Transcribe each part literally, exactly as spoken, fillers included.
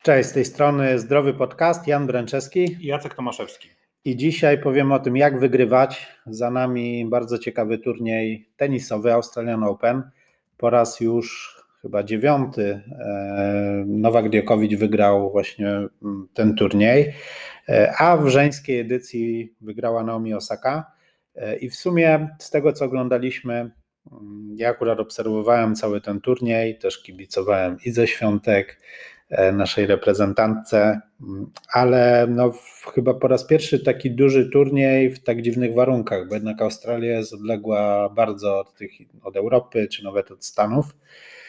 Cześć, z tej strony Zdrowy Podcast, Jan Bręczewski i Jacek Tomaszewski. I dzisiaj powiemy o tym, jak wygrywać. Za nami bardzo ciekawy turniej tenisowy Australian Open. Po raz już chyba dziewiąty Nowak Djokovic wygrał właśnie ten turniej, a w żeńskiej edycji wygrała Naomi Osaka. I w sumie z tego, co oglądaliśmy, ja akurat obserwowałem cały ten turniej, też kibicowałem i ze Świątek, naszej reprezentantce, ale no chyba po raz pierwszy taki duży turniej w tak dziwnych warunkach, bo jednak Australia jest odległa bardzo od, tych, od Europy, czy nawet od Stanów,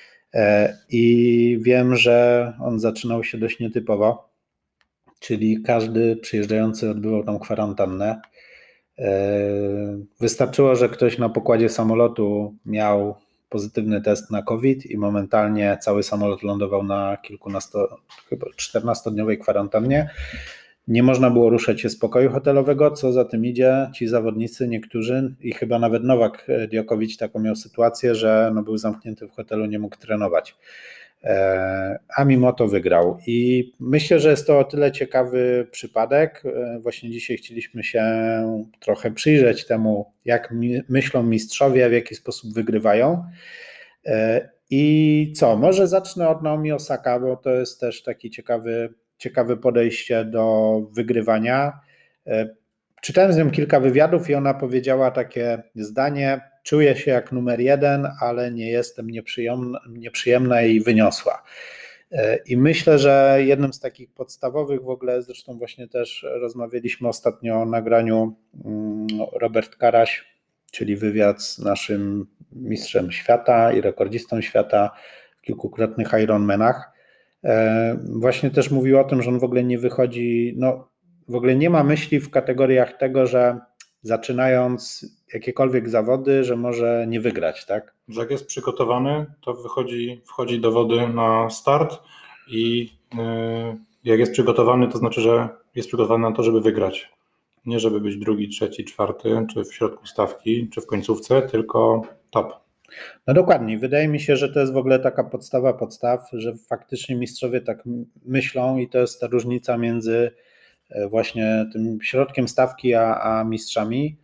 i wiem, że on zaczynał się dość nietypowo, czyli każdy przyjeżdżający odbywał tam kwarantannę. Wystarczyło, że ktoś na pokładzie samolotu miał pozytywny test na COVID i momentalnie cały samolot lądował na kilkunasto, chyba czternastodniowej kwarantannie. Nie można było ruszać się z pokoju hotelowego, co za tym idzie, ci zawodnicy, niektórzy i chyba nawet Nowak Djokovic taką miał sytuację, że no był zamknięty w hotelu, nie mógł trenować, a mimo to wygrał. I myślę, że jest to o tyle ciekawy przypadek. Właśnie dzisiaj chcieliśmy się trochę przyjrzeć temu, jak myślą mistrzowie, w jaki sposób wygrywają. I co, może zacznę od Naomi Osaka, bo to jest też taki ciekawy, ciekawe podejście do wygrywania. Czytałem z nią kilka wywiadów i ona powiedziała takie zdanie: czuję się jak numer jeden, ale nie jestem nieprzyjemna, nieprzyjemna i wyniosła. I myślę, że jednym z takich podstawowych w ogóle, zresztą właśnie też rozmawialiśmy ostatnio o nagraniu Robert Karaś, czyli wywiad z naszym mistrzem świata i rekordzistą świata w kilkukrotnych Ironmanach. Właśnie też mówił o tym, że on w ogóle nie wychodzi, no w ogóle nie ma myśli w kategoriach tego, że zaczynając jakiekolwiek zawody, że może nie wygrać, tak? Że jak jest przygotowany, to wychodzi, wchodzi do wody na start i yy, jak jest przygotowany, to znaczy, że jest przygotowany na to, żeby wygrać. Nie żeby być drugi, trzeci, czwarty, czy w środku stawki, czy w końcówce, tylko top. No dokładnie, wydaje mi się, że to jest w ogóle taka podstawa podstaw, że faktycznie mistrzowie tak myślą i to jest ta różnica między właśnie tym środkiem stawki a, a mistrzami,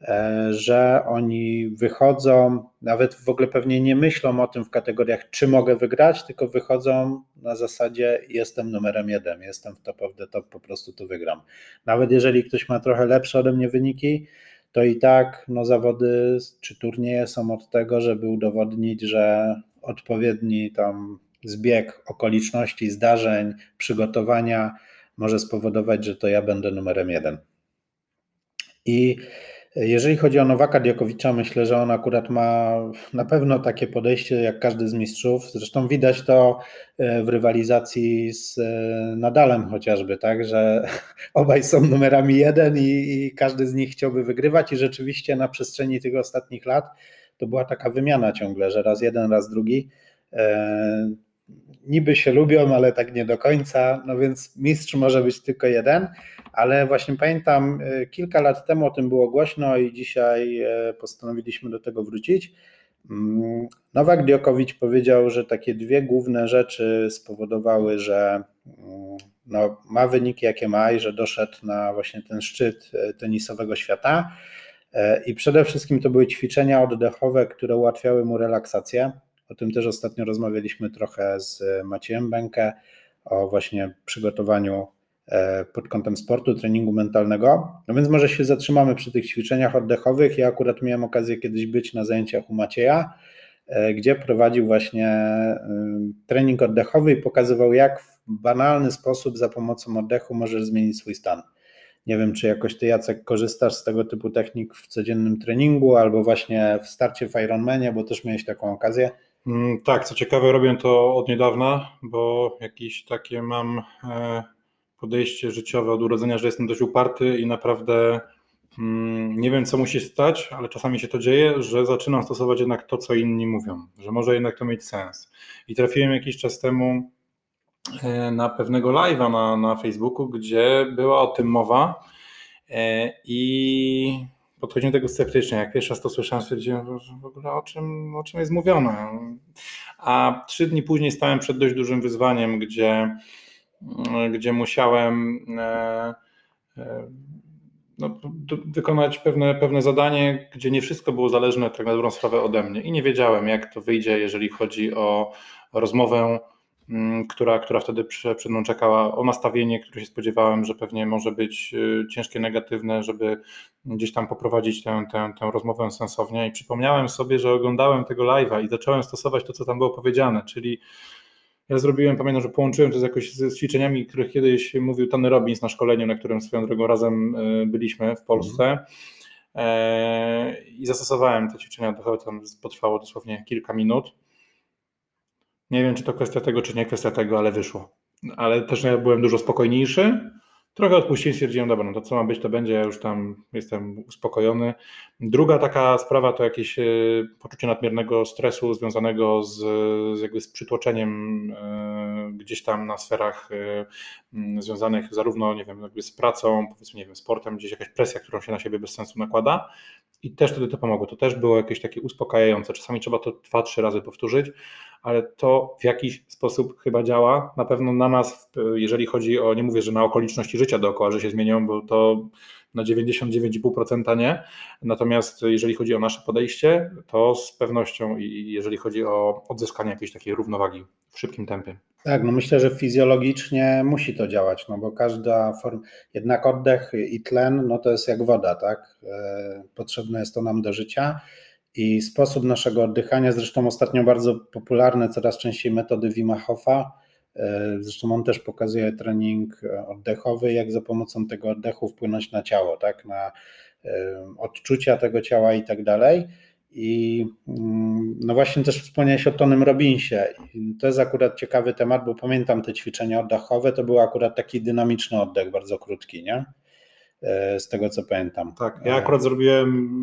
że oni wychodzą, nawet w ogóle pewnie nie myślą o tym w kategoriach, czy mogę wygrać, tylko wychodzą na zasadzie jestem numerem jeden, jestem w top of the top, po prostu to wygram. Nawet jeżeli ktoś ma trochę lepsze ode mnie wyniki, to i tak no, zawody czy turnieje są od tego, żeby udowodnić, że odpowiedni tam zbieg okoliczności, zdarzeń, przygotowania może spowodować, że to ja będę numerem jeden. I jeżeli chodzi o Nowaka Djokovicza, myślę, że on akurat ma na pewno takie podejście jak każdy z mistrzów. Zresztą widać to w rywalizacji z Nadalem chociażby, tak, że obaj są numerami jeden i, i każdy z nich chciałby wygrywać i rzeczywiście na przestrzeni tych ostatnich lat to była taka wymiana ciągle, że raz jeden, raz drugi. E, niby się lubią, ale tak nie do końca, no więc mistrz może być tylko jeden, ale właśnie pamiętam, kilka lat temu o tym było głośno i dzisiaj postanowiliśmy do tego wrócić. Nowak Djokovic powiedział, że takie dwie główne rzeczy spowodowały, że no, ma wyniki jakie ma i że doszedł na właśnie ten szczyt tenisowego świata i przede wszystkim to były ćwiczenia oddechowe, które ułatwiały mu relaksację. O tym też ostatnio rozmawialiśmy trochę z Maciejem Bękę, o właśnie przygotowaniu pod kątem sportu, treningu mentalnego. No więc może się zatrzymamy przy tych ćwiczeniach oddechowych. Ja akurat miałem okazję kiedyś być na zajęciach u Macieja, gdzie prowadził właśnie trening oddechowy i pokazywał, jak w banalny sposób za pomocą oddechu możesz zmienić swój stan. Nie wiem, czy jakoś ty, Jacek, korzystasz z tego typu technik w codziennym treningu albo właśnie w starcie w Ironmanie, bo też miałeś taką okazję. Tak, co ciekawe, robię to od niedawna, bo jakieś takie mam podejście życiowe od urodzenia, że jestem dość uparty i naprawdę nie wiem, co musi stać, ale czasami się to dzieje, że zaczynam stosować jednak to, co inni mówią, że może jednak to mieć sens. I trafiłem jakiś czas temu na pewnego live'a na, na Facebooku, gdzie była o tym mowa i podchodziłem do tego sceptycznie. Jak pierwszy raz to słyszałem, stwierdziłem, że w ogóle o czym, o czym jest mówione. A trzy dni później stałem przed dość dużym wyzwaniem, gdzie gdzie musiałem no, wykonać pewne, pewne zadanie, gdzie nie wszystko było zależne tak na dobrą sprawę ode mnie i nie wiedziałem, jak to wyjdzie, jeżeli chodzi o rozmowę, która, która wtedy przed mną czekała, o nastawienie, które się spodziewałem, że pewnie może być ciężkie, negatywne, żeby gdzieś tam poprowadzić tę, tę, tę rozmowę sensownie i przypomniałem sobie, że oglądałem tego live'a i zacząłem stosować to, co tam było powiedziane, czyli ja zrobiłem, pamiętam, że połączyłem to z jakoś z ćwiczeniami, których kiedyś mówił Tony Robbins na szkoleniu, na którym swoją drogą razem byliśmy w Polsce mm. i zastosowałem te ćwiczenia oddechowe, tam potrwało dosłownie kilka minut. Nie wiem, czy to kwestia tego, czy nie kwestia tego, ale wyszło. Ale też ja byłem dużo spokojniejszy. Trochę odpuściłem, stwierdziłem, dobra, no to co ma być, to będzie, ja już tam jestem uspokojony. Druga taka sprawa to jakieś poczucie nadmiernego stresu związanego z, z, jakby z przytłoczeniem gdzieś tam na sferach związanych zarówno, nie wiem, jakby z pracą, powiedzmy, nie wiem, sportem, gdzieś jakaś presja, którą się na siebie bez sensu nakłada. I też wtedy to pomogło. To też było jakieś takie uspokajające. Czasami trzeba to dwa, trzy razy powtórzyć, ale to w jakiś sposób chyba działa. Na pewno na nas, jeżeli chodzi o, nie mówię, że na okoliczności życia dookoła, że się zmienią, bo to na dziewięćdziesiąt dziewięć i pół procent nie. Natomiast jeżeli chodzi o nasze podejście, to z pewnością i jeżeli chodzi o odzyskanie jakiejś takiej równowagi w szybkim tempie. Tak, no myślę, że fizjologicznie musi to działać, no bo każda forma, jednak oddech i tlen, no to jest jak woda, tak? E, potrzebne jest to nam do życia i sposób naszego oddychania, zresztą ostatnio bardzo popularne coraz częściej metody Wima Hofa, e, zresztą on też pokazuje trening oddechowy, jak za pomocą tego oddechu wpłynąć na ciało, tak? Na e, odczucia tego ciała i tak dalej. I no właśnie też wspomniałeś o Tonym Robbinsie. I to jest akurat ciekawy temat, bo pamiętam te ćwiczenia oddechowe, to był akurat taki dynamiczny oddech, bardzo krótki, nie? Z tego co pamiętam. Tak, ja akurat zrobiłem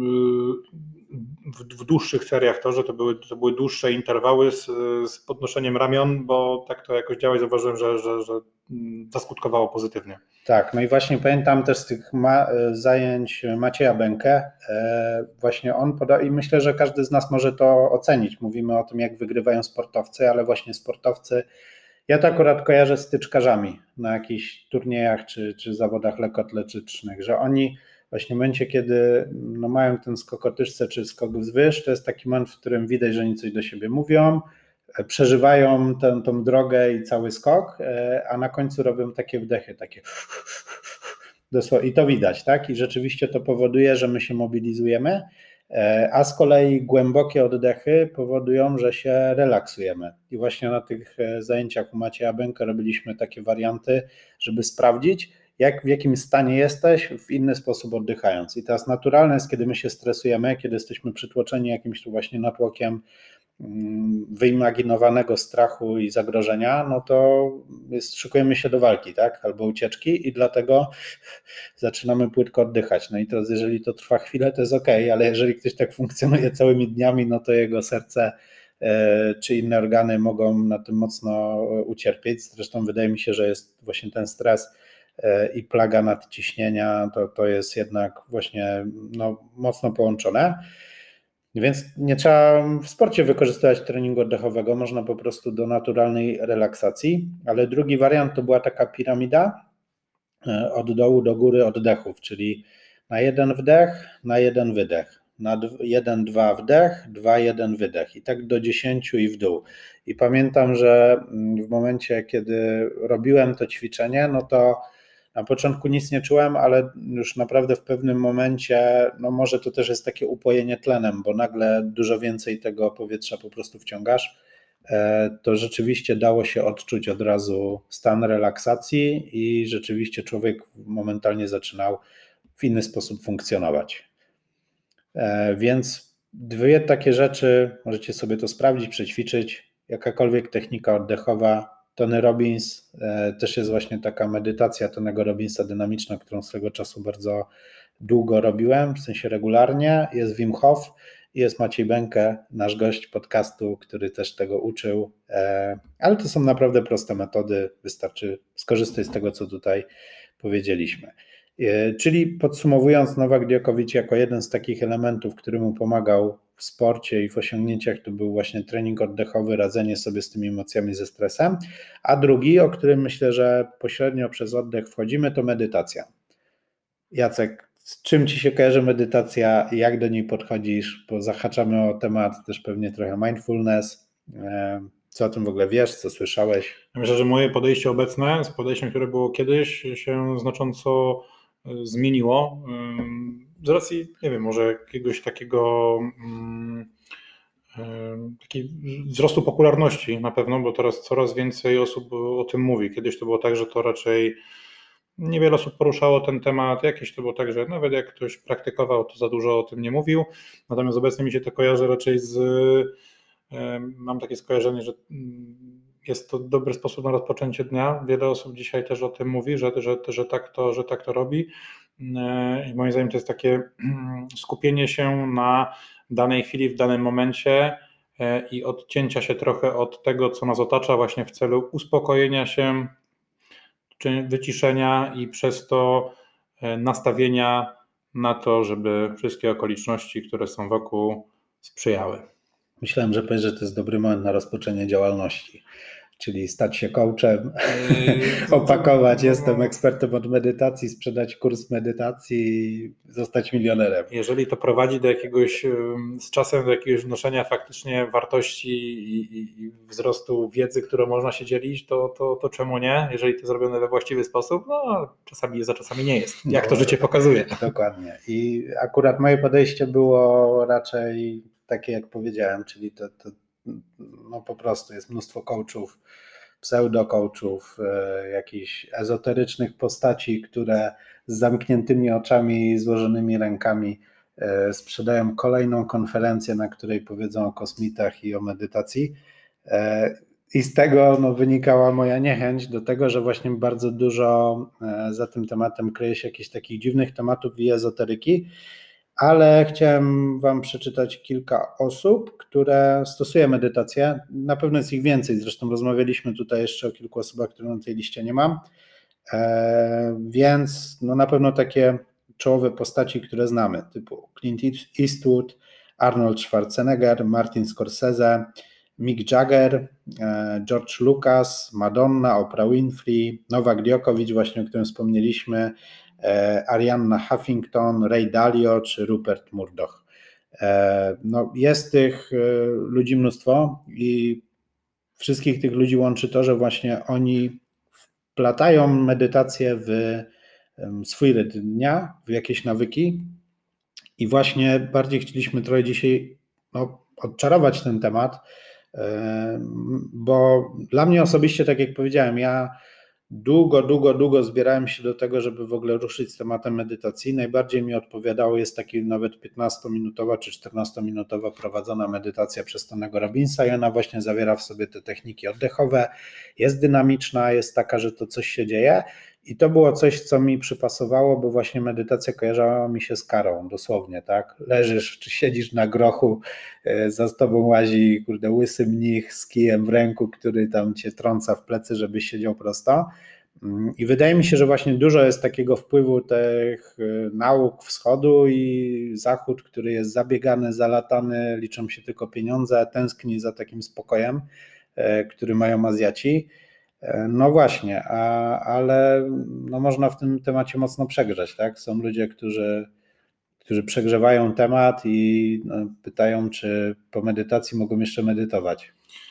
w, w dłuższych seriach to, że to były, to były dłuższe interwały z, z podnoszeniem ramion, bo tak to jakoś działa i zauważyłem, że, że, że zaskutkowało pozytywnie. Tak, no i właśnie pamiętam też z tych ma- zajęć Macieja Bękę, e, właśnie on poda i myślę, że każdy z nas może to ocenić. Mówimy o tym, jak wygrywają sportowcy, ale właśnie sportowcy, ja to akurat kojarzę z tyczkarzami na jakichś turniejach czy, czy zawodach lekkoatletycznych, że oni właśnie w momencie, kiedy no, mają ten skok o tyczce czy skok wzwyż, to jest taki moment, w którym widać, że oni coś do siebie mówią, przeżywają tę, tą drogę i cały skok, a na końcu robią takie wdechy, takie i to widać, tak? I rzeczywiście to powoduje, że my się mobilizujemy, a z kolei głębokie oddechy powodują, że się relaksujemy. I właśnie na tych zajęciach u Macieja Bęka robiliśmy takie warianty, żeby sprawdzić, jak, w jakim stanie jesteś w inny sposób oddychając. I teraz naturalne jest, kiedy my się stresujemy, kiedy jesteśmy przytłoczeni jakimś tu właśnie natłokiem wyimaginowanego strachu i zagrożenia, no to jest, szykujemy się do walki, tak, albo ucieczki i dlatego zaczynamy płytko oddychać. No i teraz jeżeli to trwa chwilę, to jest ok, ale jeżeli ktoś tak funkcjonuje całymi dniami, no to jego serce czy inne organy mogą na tym mocno ucierpieć. Zresztą wydaje mi się, że jest właśnie ten stres i plaga nadciśnienia, to, to jest jednak właśnie no, mocno połączone. Więc nie trzeba w sporcie wykorzystywać treningu oddechowego, można po prostu do naturalnej relaksacji, ale drugi wariant to była taka piramida od dołu do góry oddechów, czyli na jeden wdech, na jeden wydech, na jeden, dwa wdech, dwa, jeden wydech i tak do dziesięciu i w dół. I pamiętam, że w momencie, kiedy robiłem to ćwiczenie, no to na początku nic nie czułem, ale już naprawdę w pewnym momencie, no może to też jest takie upojenie tlenem, bo nagle dużo więcej tego powietrza po prostu wciągasz, to rzeczywiście dało się odczuć od razu stan relaksacji i rzeczywiście człowiek momentalnie zaczynał w inny sposób funkcjonować. Więc dwie takie rzeczy, możecie sobie to sprawdzić, przećwiczyć, jakakolwiek technika oddechowa. Tony Robbins, też jest właśnie taka medytacja Tonego Robbinsa dynamiczna, którą swego czasu bardzo długo robiłem, w sensie regularnie. Jest Wim Hof i jest Maciej Bękę, nasz gość podcastu, który też tego uczył, ale to są naprawdę proste metody, wystarczy skorzystać z tego, co tutaj powiedzieliśmy. Czyli podsumowując, Nowak Djokovic jako jeden z takich elementów, który mu pomagał w sporcie i w osiągnięciach to był właśnie trening oddechowy, radzenie sobie z tymi emocjami, ze stresem, a drugi, o którym myślę, że pośrednio przez oddech wchodzimy, to medytacja. Jacek, z czym Ci się kojarzy medytacja, jak do niej podchodzisz, bo zahaczamy o temat też pewnie trochę mindfulness, co o tym w ogóle wiesz, co słyszałeś? Myślę, że moje podejście obecne z podejściem, które było kiedyś, się znacząco zmieniło. Z racji, nie wiem, może jakiegoś takiego takiej wzrostu popularności na pewno, bo teraz coraz więcej osób o tym mówi. Kiedyś to było tak, że to raczej niewiele osób poruszało ten temat, jakieś to było tak, że nawet jak ktoś praktykował, to za dużo o tym nie mówił. Natomiast obecnie mi się to kojarzy raczej z, mam takie skojarzenie, że jest to dobry sposób na rozpoczęcie dnia. Wiele osób dzisiaj też o tym mówi, że, że, że, tak, to, że tak to robi. I moim zdaniem to jest takie skupienie się na danej chwili, w danym momencie i odcięcia się trochę od tego, co nas otacza, właśnie w celu uspokojenia się, czy wyciszenia i przez to nastawienia na to, żeby wszystkie okoliczności, które są wokół, sprzyjały. Myślałem, że powiesz, że to jest dobry moment na rozpoczęcie działalności, czyli stać się coachem, yy, opakować, no, jestem ekspertem od medytacji, sprzedać kurs medytacji i zostać milionerem. Jeżeli to prowadzi do jakiegoś, z czasem do jakiegoś wnoszenia faktycznie wartości i, i, i wzrostu wiedzy, którą można się dzielić, to, to, to czemu nie? Jeżeli to zrobione we właściwy sposób, no czasami jest, a czasami nie jest, jak no, to życie pokazuje. Dokładnie. I akurat moje podejście było raczej takie, jak powiedziałem, czyli to, to no po prostu jest mnóstwo coachów, pseudo-coachów, e, jakichś ezoterycznych postaci, które z zamkniętymi oczami i złożonymi rękami e, sprzedają kolejną konferencję, na której powiedzą o kosmitach i o medytacji. E, I z tego no, wynikała moja niechęć do tego, że właśnie bardzo dużo e, za tym tematem kryje się jakichś takich dziwnych tematów i ezoteryki, ale chciałem Wam przeczytać kilka osób, które stosuje medytację. Na pewno jest ich więcej, zresztą rozmawialiśmy tutaj jeszcze o kilku osobach, które na tej liście nie mam, e, więc no na pewno takie czołowe postaci, które znamy, typu Clint Eastwood, Arnold Schwarzenegger, Martin Scorsese, Mick Jagger, e, George Lucas, Madonna, Oprah Winfrey, Nowak Djokovic, właśnie o którym wspomnieliśmy, Arianna Huffington, Ray Dalio czy Rupert Murdoch. No, jest tych ludzi mnóstwo i wszystkich tych ludzi łączy to, że właśnie oni wplatają medytację w swój rytm dnia, w jakieś nawyki i właśnie bardziej chcieliśmy trochę dzisiaj no, odczarować ten temat, bo dla mnie osobiście, tak jak powiedziałem, ja Długo, długo, długo zbierałem się do tego, żeby w ogóle ruszyć z tematem medytacji. Najbardziej mi odpowiadało, jest taki nawet piętnastominutowa czy czternastominutowa prowadzona medytacja przez Tonego Robbinsa i ona właśnie zawiera w sobie te techniki oddechowe, jest dynamiczna, jest taka, że to coś się dzieje i to było coś, co mi przypasowało, bo właśnie medytacja kojarzyła mi się z karą, dosłownie, tak? Leżysz czy siedzisz na grochu, za tobą łazi, kurde, łysy mnich z kijem w ręku, który tam cię trąca w plecy, żebyś siedział prosto. I wydaje mi się, że właśnie dużo jest takiego wpływu tych nauk wschodu i zachód, który jest zabiegany, zalatany, liczą się tylko pieniądze, tęskni za takim spokojem, który mają Azjaci. No właśnie, a, ale no można w tym temacie mocno przegrzać, tak? Są ludzie, którzy, którzy przegrzewają temat i no, pytają, czy po medytacji mogą jeszcze medytować.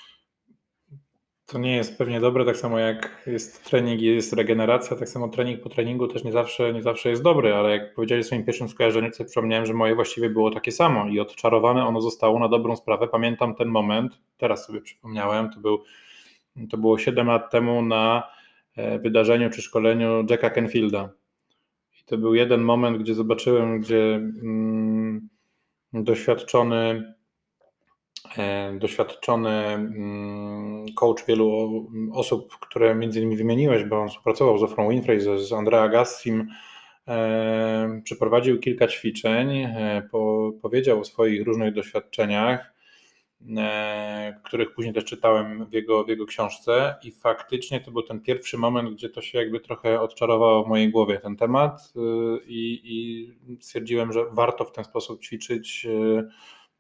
To nie jest pewnie dobre, tak samo jak jest trening i jest regeneracja, tak samo trening po treningu też nie zawsze, nie zawsze jest dobry, ale jak powiedziałeś w swoim pierwszym skojarzeniu, to przypomniałem, że moje właściwie było takie samo i odczarowane ono zostało na dobrą sprawę. Pamiętam ten moment, teraz sobie przypomniałem, to, był, to było siedem lat temu na wydarzeniu czy szkoleniu Jacka Canfielda. I to był jeden moment, gdzie zobaczyłem, gdzie mm, doświadczony doświadczony coach wielu osób, które między innymi wymieniłeś, bo on współpracował z Oprah Winfrey, z, z Andrea Agassim, e, przeprowadził kilka ćwiczeń, e, po, powiedział o swoich różnych doświadczeniach, e, których później też czytałem w jego, w jego książce i faktycznie to był ten pierwszy moment, gdzie to się jakby trochę odczarowało w mojej głowie ten temat e, i, i stwierdziłem, że warto w ten sposób ćwiczyć, e,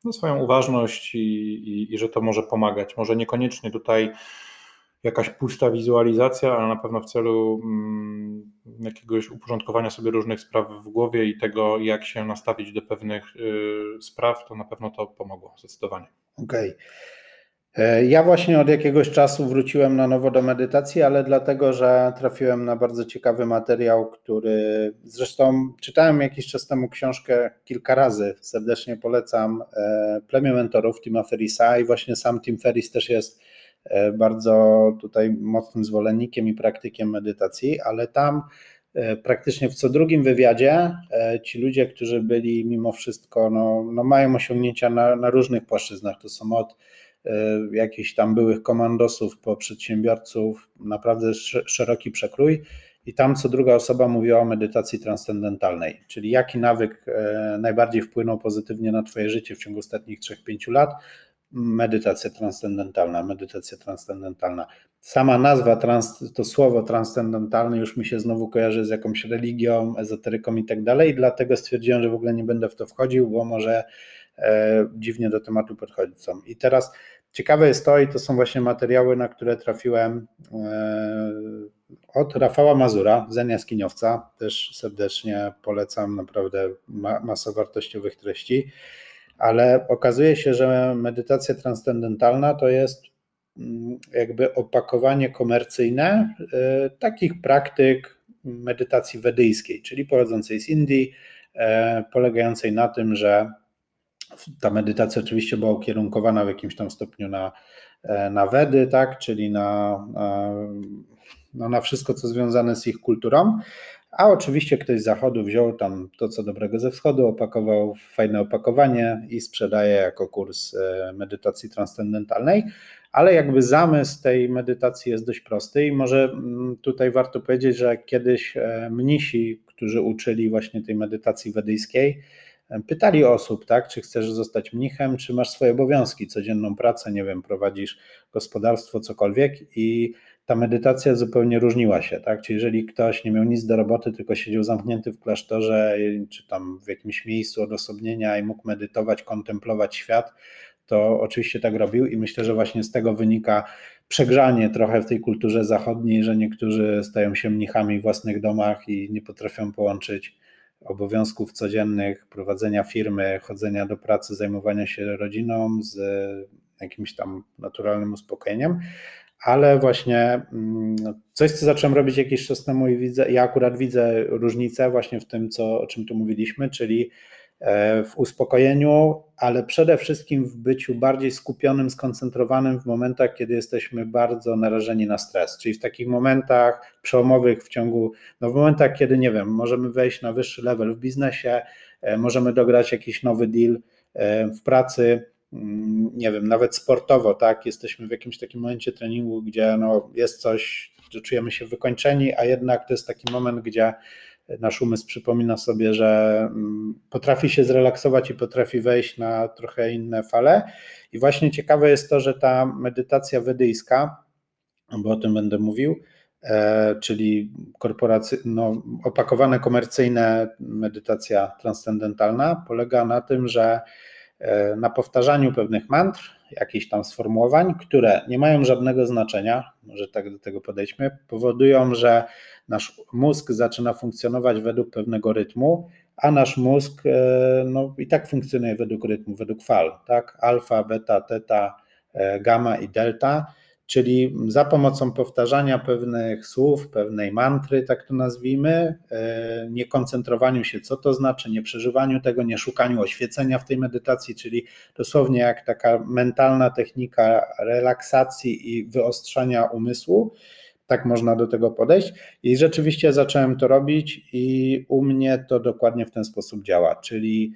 no, swoją uważność i, i, i że to może pomagać. Może niekoniecznie tutaj jakaś pusta wizualizacja, ale na pewno w celu mm, jakiegoś uporządkowania sobie różnych spraw w głowie i tego, jak się nastawić do pewnych y, spraw, to na pewno to pomogło zdecydowanie. Okej. Okay. Ja właśnie od jakiegoś czasu wróciłem na nowo do medytacji, ale dlatego, że trafiłem na bardzo ciekawy materiał, który zresztą czytałem jakiś czas temu książkę kilka razy, serdecznie polecam, Plemię Mentorów Tima Ferrissa i właśnie sam Tim Ferriss też jest bardzo tutaj mocnym zwolennikiem i praktykiem medytacji, ale tam praktycznie w co drugim wywiadzie ci ludzie, którzy byli mimo wszystko, no, no mają osiągnięcia na, na różnych płaszczyznach, to są od jakichś tam byłych komandosów po przedsiębiorców, naprawdę szeroki przekrój i tam co druga osoba mówiła o medytacji transcendentalnej, czyli jaki nawyk najbardziej wpłynął pozytywnie na twoje życie w ciągu ostatnich trzech pięciu lat, medytacja transcendentalna, medytacja transcendentalna. Sama nazwa, trans, to słowo transcendentalne już mi się znowu kojarzy z jakąś religią, ezoteryką i tak dalej, i dlatego stwierdziłem, że w ogóle nie będę w to wchodził, bo może e, dziwnie do tematu podchodzą. I teraz ciekawe jest to, i to są właśnie materiały, na które trafiłem e, od Rafała Mazura, Zen Jaskiniowca, też serdecznie polecam, naprawdę ma, masa wartościowych treści. Ale okazuje się, że medytacja transcendentalna to jest jakby opakowanie komercyjne takich praktyk medytacji wedyjskiej, czyli pochodzącej z Indii, polegającej na tym, że ta medytacja oczywiście była ukierunkowana w jakimś tam stopniu na, na Wedy, tak, czyli na, no, na wszystko, co związane z ich kulturą. A oczywiście ktoś z zachodu wziął tam to, co dobrego ze wschodu, opakował w fajne opakowanie i sprzedaje jako kurs medytacji transcendentalnej, ale jakby zamysł tej medytacji jest dość prosty i może tutaj warto powiedzieć, że kiedyś mnisi, którzy uczyli właśnie tej medytacji wedyjskiej, pytali osób, tak, czy chcesz zostać mnichem, czy masz swoje obowiązki, codzienną pracę, nie wiem, prowadzisz gospodarstwo, cokolwiek, i ta medytacja zupełnie różniła się, tak? Czyli jeżeli ktoś nie miał nic do roboty, tylko siedział zamknięty w klasztorze, czy tam w jakimś miejscu odosobnienia i mógł medytować, kontemplować świat, to oczywiście tak robił i myślę, że właśnie z tego wynika przegrzanie trochę w tej kulturze zachodniej, że niektórzy stają się mnichami w własnych domach i nie potrafią połączyć obowiązków codziennych, prowadzenia firmy, chodzenia do pracy, zajmowania się rodziną z jakimś tam naturalnym uspokojeniem. Ale właśnie coś, co zacząłem robić jakiś czas temu i widzę, ja akurat widzę różnicę właśnie w tym, co, o czym tu mówiliśmy, czyli w uspokojeniu, ale przede wszystkim w byciu bardziej skupionym, skoncentrowanym w momentach, kiedy jesteśmy bardzo narażeni na stres, czyli w takich momentach przełomowych w ciągu, no w momentach, kiedy nie wiem, możemy wejść na wyższy level w biznesie, możemy dograć jakiś nowy deal w pracy, nie wiem, nawet sportowo, tak, jesteśmy w jakimś takim momencie treningu, gdzie no jest coś, że czujemy się wykończeni, a jednak to jest taki moment, gdzie nasz umysł przypomina sobie, że potrafi się zrelaksować i potrafi wejść na trochę inne fale. I właśnie ciekawe jest to, że ta medytacja wedyjska, bo o tym będę mówił, czyli korporacy, no, opakowane komercyjne medytacja transcendentalna polega na tym, że na powtarzaniu pewnych mantr, jakichś tam sformułowań, które nie mają żadnego znaczenia, może tak do tego podejdźmy, powodują, że nasz mózg zaczyna funkcjonować według pewnego rytmu, a nasz mózg no, i tak funkcjonuje według rytmu, według fal, tak? Alfa, beta, teta, gamma i delta, czyli za pomocą powtarzania pewnych słów, pewnej mantry, tak to nazwijmy, nie koncentrowaniu się, co to znaczy, nie przeżywaniu tego, nie szukaniu oświecenia w tej medytacji, czyli dosłownie jak taka mentalna technika relaksacji i wyostrzania umysłu, tak można do tego podejść. I rzeczywiście zacząłem to robić i u mnie to dokładnie w ten sposób działa, czyli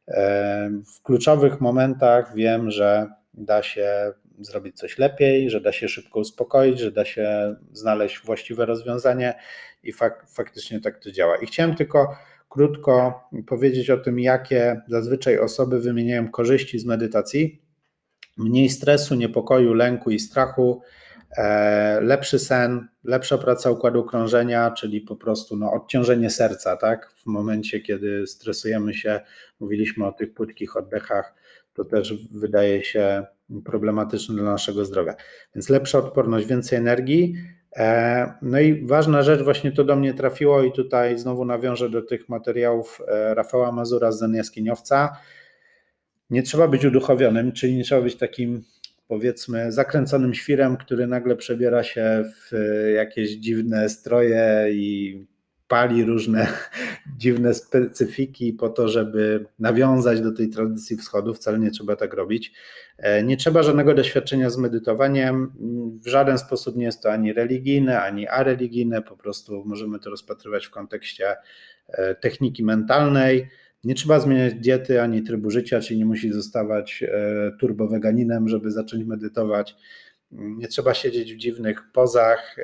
w kluczowych momentach wiem, że da się zrobić coś lepiej, że da się szybko uspokoić, że da się znaleźć właściwe rozwiązanie i fak- faktycznie tak to działa. I chciałem tylko krótko powiedzieć o tym, jakie zazwyczaj osoby wymieniają korzyści z medytacji. Mniej stresu, niepokoju, lęku i strachu, e, lepszy sen, lepsza praca układu krążenia, czyli po prostu no, odciążenie serca, tak? W momencie, kiedy stresujemy się, mówiliśmy o tych płytkich oddechach, to też wydaje się problematyczne dla naszego zdrowia. Więc lepsza odporność, więcej energii. No i ważna rzecz, właśnie to do mnie trafiło i tutaj znowu nawiążę do tych materiałów Rafała Mazura z Zen Jaskiniowca. Nie trzeba być uduchowionym, czyli nie trzeba być takim, powiedzmy, zakręconym świrem, który nagle przebiera się w jakieś dziwne stroje i pali różne dziwne specyfiki po to, żeby nawiązać do tej tradycji wschodu. Wcale nie trzeba tak robić. Nie trzeba żadnego doświadczenia z medytowaniem. W żaden sposób nie jest to ani religijne, ani areligijne. Po prostu możemy to rozpatrywać w kontekście techniki mentalnej. Nie trzeba zmieniać diety ani trybu życia, czyli nie musi zostawać turboweganinem, żeby zacząć medytować. Nie trzeba siedzieć w dziwnych pozach,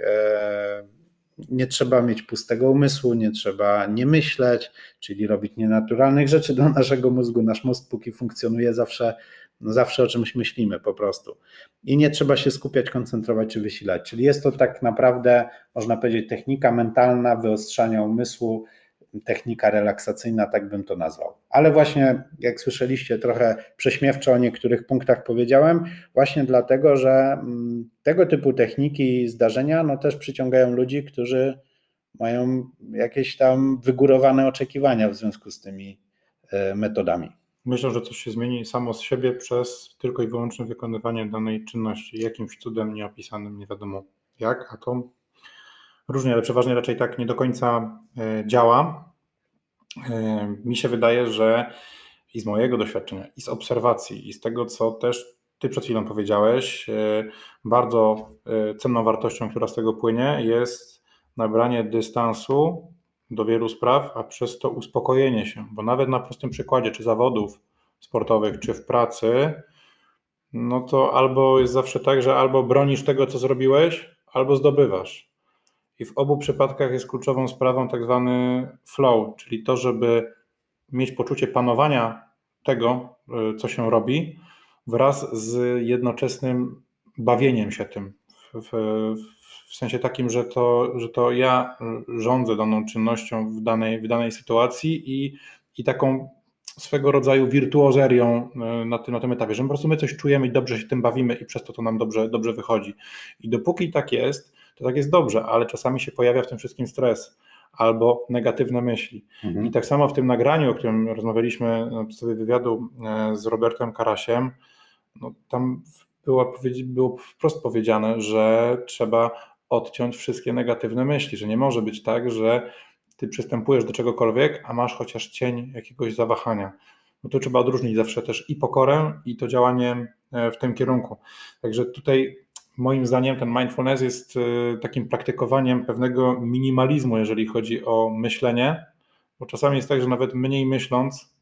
nie trzeba mieć pustego umysłu, nie trzeba nie myśleć, czyli robić nienaturalnych rzeczy dla naszego mózgu. Nasz mózg póki funkcjonuje zawsze, no zawsze o czymś myślimy po prostu. I nie trzeba się skupiać, koncentrować czy wysilać. Czyli jest to tak naprawdę, można powiedzieć, technika mentalna wyostrzania umysłu, technika relaksacyjna, tak bym to nazwał. Ale właśnie, jak słyszeliście, trochę prześmiewczo o niektórych punktach powiedziałem, właśnie dlatego, że tego typu techniki i zdarzenia no też przyciągają ludzi, którzy mają jakieś tam wygórowane oczekiwania w związku z tymi metodami. Myślę, że coś się zmieni samo z siebie przez tylko i wyłącznie wykonywanie danej czynności. Jakimś cudem nieopisanym, nie wiadomo jak, a to różnie, ale przeważnie raczej tak nie do końca działa. Mi się wydaje, że i z mojego doświadczenia, i z obserwacji, i z tego, co też Ty przed chwilą powiedziałeś, bardzo cenną wartością, która z tego płynie, jest nabranie dystansu do wielu spraw, a przez to uspokojenie się, bo nawet na prostym przykładzie, czy zawodów sportowych, czy w pracy, no to albo jest zawsze tak, że albo bronisz tego, co zrobiłeś, albo zdobywasz. I w obu przypadkach jest kluczową sprawą tak zwany flow, czyli to, żeby mieć poczucie panowania tego, co się robi, wraz z jednoczesnym bawieniem się tym. W, w, w sensie takim, że to, że to ja rządzę daną czynnością w danej, w danej sytuacji i, i taką swego rodzaju wirtuozerią na tym, na tym etapie, że po prostu my coś czujemy i dobrze się tym bawimy i przez to to nam dobrze, dobrze wychodzi. I dopóki tak jest, to tak jest dobrze, ale czasami się pojawia w tym wszystkim stres albo negatywne myśli. Mhm. I tak samo w tym nagraniu, o którym rozmawialiśmy na podstawie wywiadu z Robertem Karasiem, no tam było, było wprost powiedziane, że trzeba odciąć wszystkie negatywne myśli, że nie może być tak, że ty przystępujesz do czegokolwiek, a masz chociaż cień jakiegoś zawahania. No to trzeba odróżnić zawsze też i pokorę, i to działanie w tym kierunku. Także tutaj moim zdaniem ten mindfulness jest takim praktykowaniem pewnego minimalizmu, jeżeli chodzi o myślenie, bo czasami jest tak, że nawet mniej myśląc,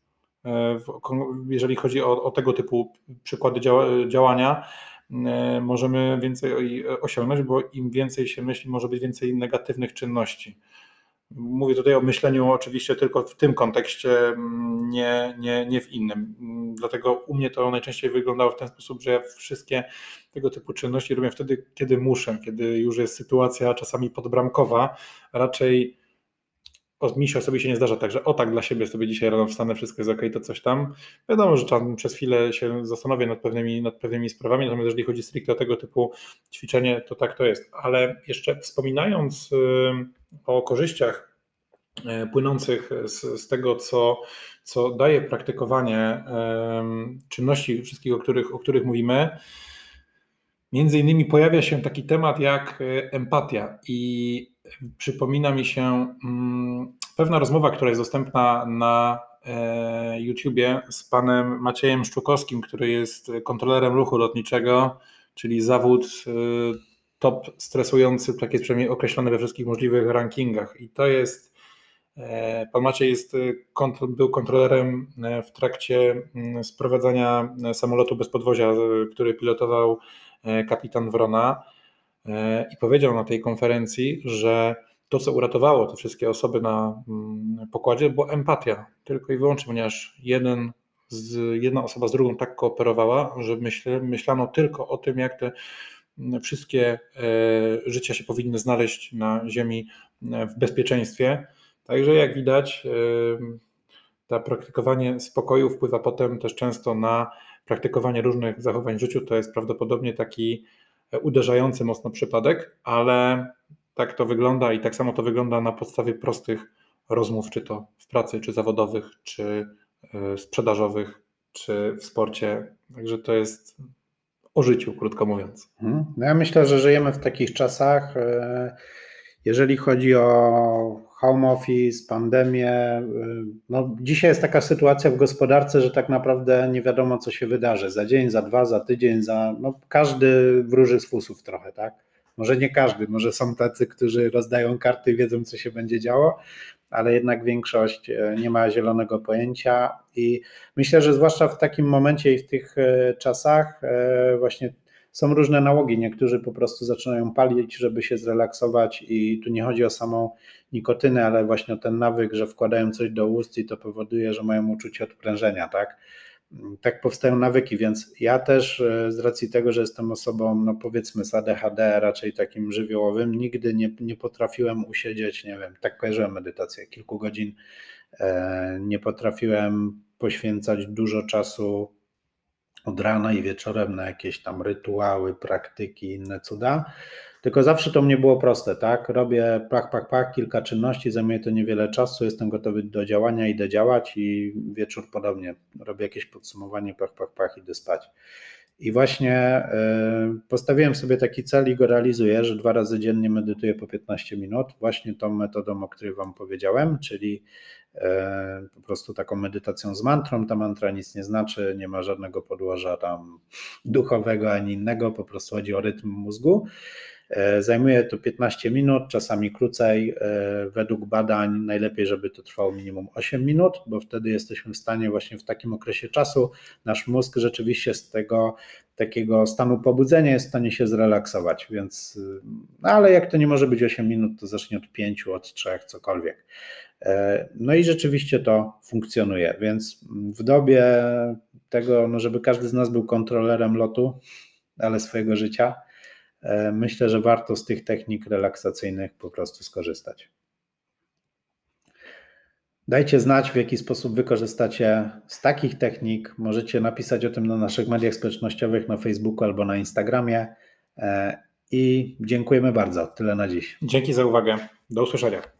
jeżeli chodzi o, o tego typu przykłady działania, możemy więcej osiągnąć, bo im więcej się myśli, może być więcej negatywnych czynności. Mówię tutaj o myśleniu oczywiście tylko w tym kontekście, nie, nie, nie w innym. Dlatego u mnie to najczęściej wyglądało w ten sposób, że ja wszystkie tego typu czynności robię wtedy, kiedy muszę, kiedy już jest sytuacja czasami podbramkowa. Raczej o, mi się sobie się nie zdarza tak, że o tak dla siebie sobie dzisiaj rano wstanę, wszystko jest okej, to coś tam. Wiadomo, że tam przez chwilę się zastanowię nad pewnymi, nad pewnymi sprawami, natomiast jeżeli chodzi stricte o tego typu ćwiczenie, to tak to jest. Ale jeszcze wspominając o korzyściach płynących z, z tego, co, co daje praktykowanie czynności wszystkich, o których, o których mówimy, między innymi pojawia się taki temat jak empatia i przypomina mi się pewna rozmowa, która jest dostępna na YouTubie z panem Maciejem Szczukowskim, który jest kontrolerem ruchu lotniczego, czyli zawód top stresujący, tak jest przynajmniej określony we wszystkich możliwych rankingach. I to jest, pan Maciej jest, był kontrolerem w trakcie sprowadzania samolotu bez podwozia, który pilotował kapitan Wrona, i powiedział na tej konferencji, że to, co uratowało te wszystkie osoby na pokładzie, była empatia, tylko i wyłącznie, ponieważ jeden z, jedna osoba z drugą tak kooperowała, że myśl, myślano tylko o tym, jak te wszystkie życia się powinny znaleźć na ziemi w bezpieczeństwie. Także jak widać, to praktykowanie spokoju wpływa potem też często na praktykowanie różnych zachowań w życiu to jest prawdopodobnie taki uderzający mocno przypadek, ale tak to wygląda i tak samo to wygląda na podstawie prostych rozmów, czy to w pracy, czy zawodowych, czy sprzedażowych, czy w sporcie. Także to jest o życiu, krótko mówiąc. No ja myślę, że żyjemy w takich czasach, jeżeli chodzi o home office, pandemię, no dzisiaj jest taka sytuacja w gospodarce, że tak naprawdę nie wiadomo, co się wydarzy za dzień, za dwa, za tydzień, za no każdy wróży z fusów trochę, tak? Może nie każdy, może są tacy, którzy rozdają karty i wiedzą, co się będzie działo, ale jednak większość nie ma zielonego pojęcia i myślę, że zwłaszcza w takim momencie i w tych czasach właśnie są różne nałogi, niektórzy po prostu zaczynają palić, żeby się zrelaksować i tu nie chodzi o samą nikotynę, ale właśnie o ten nawyk, że wkładają coś do ust i to powoduje, że mają uczucie odprężenia, tak? Tak powstają nawyki, więc ja też z racji tego, że jestem osobą, no powiedzmy z A D H D, raczej takim żywiołowym, nigdy nie, nie potrafiłem usiedzieć, nie wiem, tak kojarzyłem medytację, kilku godzin, nie potrafiłem poświęcać dużo czasu od rana i wieczorem na jakieś tam rytuały, praktyki, inne cuda, tylko zawsze to mnie było proste, tak? Robię pach, pach, pach, kilka czynności, zajmuje to niewiele czasu, jestem gotowy do działania, idę działać i wieczór podobnie, robię jakieś podsumowanie, pach, pach, pach, idę spać. I właśnie postawiłem sobie taki cel i go realizuję, że dwa razy dziennie medytuję po piętnaście minut, właśnie tą metodą, o której Wam powiedziałem, czyli po prostu taką medytacją z mantrą. Ta mantra nic nie znaczy, nie ma żadnego podłoża tam duchowego ani innego, po prostu chodzi o rytm mózgu. Zajmuje to piętnaście minut, czasami krócej. Według badań najlepiej, żeby to trwało minimum osiem minut, bo wtedy jesteśmy w stanie właśnie w takim okresie czasu, nasz mózg rzeczywiście z tego takiego stanu pobudzenia jest w stanie się zrelaksować, więc, no ale jak to nie może być osiem minut, to zacznie od pięciu, od trzech, cokolwiek. No i rzeczywiście to funkcjonuje, więc w dobie tego, no żeby każdy z nas był kontrolerem lotu, ale swojego życia, myślę, że warto z tych technik relaksacyjnych po prostu skorzystać. Dajcie znać, w jaki sposób wykorzystacie z takich technik. Możecie napisać o tym na naszych mediach społecznościowych, na Facebooku albo na Instagramie. I dziękujemy bardzo. Tyle na dziś. Dzięki za uwagę. Do usłyszenia.